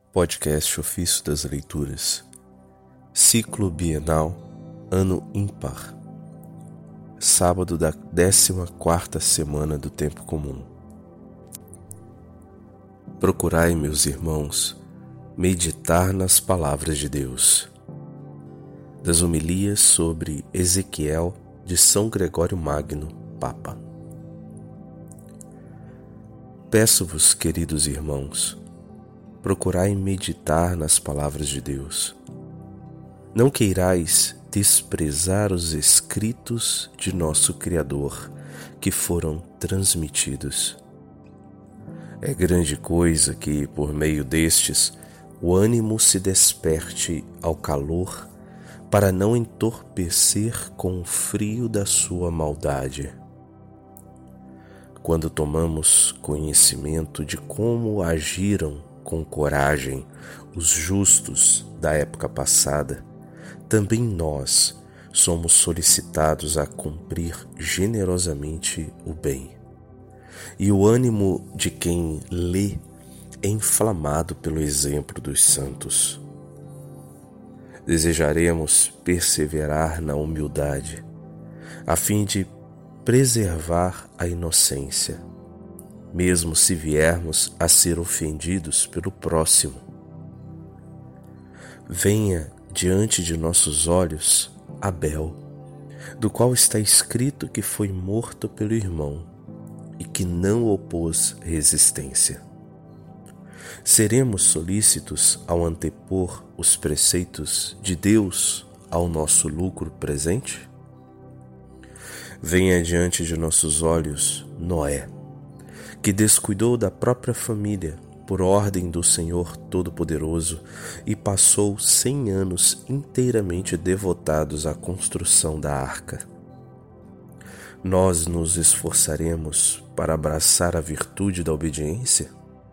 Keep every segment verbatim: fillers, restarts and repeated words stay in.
Podcast Ofício das Leituras, Ciclo Bienal, Ano Ímpar, sábado da décima quarta semana do Tempo Comum. Procurai, meus irmãos, meditar nas palavras de Deus. Das homilias sobre Ezequiel de São Gregório Magno, Papa. Peço-vos, queridos irmãos, procurai meditar nas palavras de Deus. Não queirais desprezar os escritos de nosso Criador que foram transmitidos. É grande coisa que, por meio destes, o ânimo se desperte ao calor para não entorpecer com o frio da sua maldade. Quando tomamos conhecimento de como agiram com coragem os justos da época passada, também nós somos solicitados a cumprir generosamente o bem. E o ânimo de quem lê é inflamado pelo exemplo dos santos. Desejaremos perseverar na humildade, a fim de preservar a inocência, mesmo se viermos a ser ofendidos pelo próximo. Venha diante de nossos olhos Abel, do qual está escrito que foi morto pelo irmão e que não opôs resistência. Seremos solícitos ao antepor os preceitos de Deus ao nosso lucro presente? Venha diante de nossos olhos Noé, que descuidou da própria família por ordem do Senhor Todo-Poderoso e passou cem anos inteiramente devotados à construção da arca. Nós nos esforçaremos para abraçar a virtude da obediência?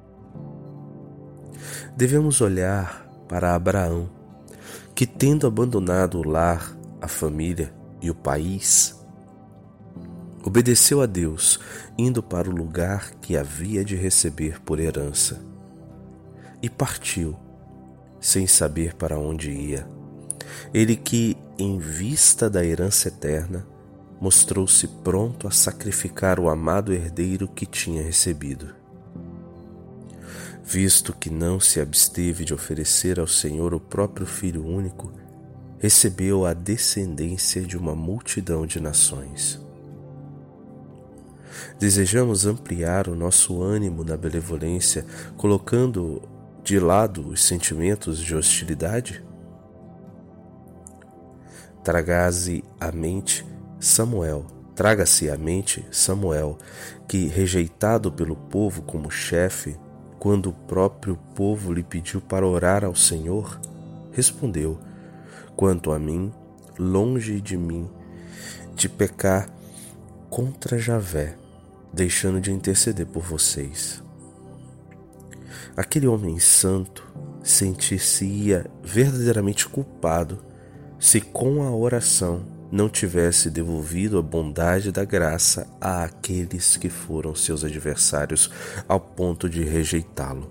Devemos olhar para Abraão, que, tendo abandonado o lar, a família e o país, obedeceu a Deus, indo para o lugar que havia de receber por herança, e partiu, sem saber para onde ia. Ele que, em vista da herança eterna, mostrou-se pronto a sacrificar o amado herdeiro que tinha recebido. Visto que não se absteve de oferecer ao Senhor o próprio Filho único, recebeu a descendência de uma multidão de nações. Desejamos ampliar o nosso ânimo na benevolência, colocando de lado os sentimentos de hostilidade? Traga-se à mente Samuel, traga-se à mente Samuel, que, rejeitado pelo povo como chefe, quando o próprio povo lhe pediu para orar ao Senhor, respondeu: quanto a mim, longe de mim de pecar contra Javé, deixando de interceder por vocês. Aquele homem santo sentir-se-ia verdadeiramente culpado se com a oração não tivesse devolvido a bondade da graça àqueles que foram seus adversários ao ponto de rejeitá-lo.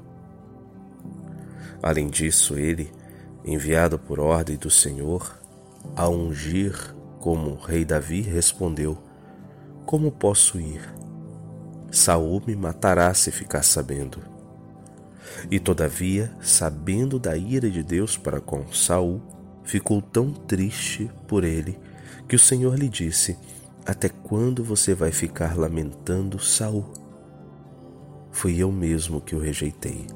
Além disso, ele, enviado por ordem do Senhor a ungir como rei Davi, respondeu: como posso ir? Saul me matará se ficar sabendo. E todavia, sabendo da ira de Deus para com Saul, ficou tão triste por ele que o Senhor lhe disse: até quando você vai ficar lamentando Saul? Fui eu mesmo que o rejeitei.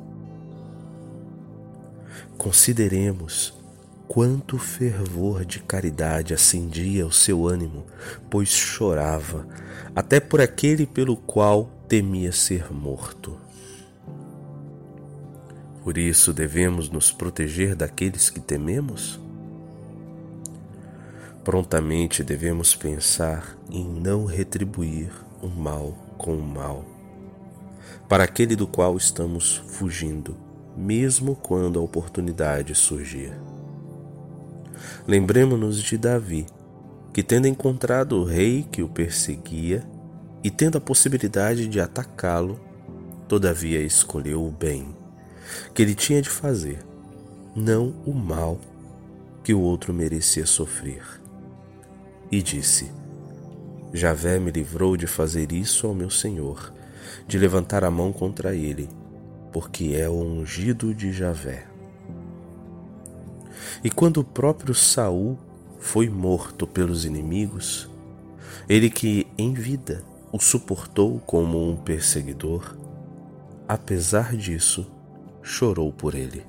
Consideremos quanto fervor de caridade acendia o seu ânimo, pois chorava, até por aquele pelo qual temia ser morto. Por isso devemos nos proteger daqueles que tememos? Prontamente devemos pensar em não retribuir o mal com o mal, para aquele do qual estamos fugindo, mesmo quando a oportunidade surgir. Lembremo-nos de Davi, que, tendo encontrado o rei que o perseguia e tendo a possibilidade de atacá-lo, todavia escolheu o bem que ele tinha de fazer, não o mal que o outro merecia sofrer. E disse: Javé me livrou de fazer isso ao meu senhor, de levantar a mão contra ele, porque é o ungido de Javé. E quando o próprio Saul foi morto pelos inimigos, ele que em vida o suportou como um perseguidor, apesar disso, chorou por ele.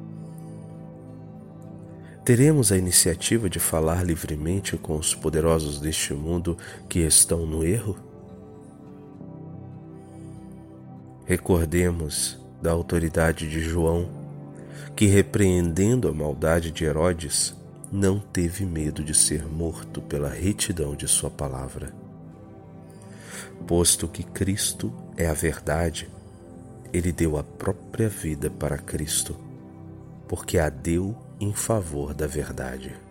Teremos a iniciativa de falar livremente com os poderosos deste mundo que estão no erro? Recordemos da autoridade de João, que, repreendendo a maldade de Herodes, não teve medo de ser morto pela retidão de sua palavra. Posto que Cristo é a verdade, ele deu a própria vida para Cristo, porque a deu em favor da verdade.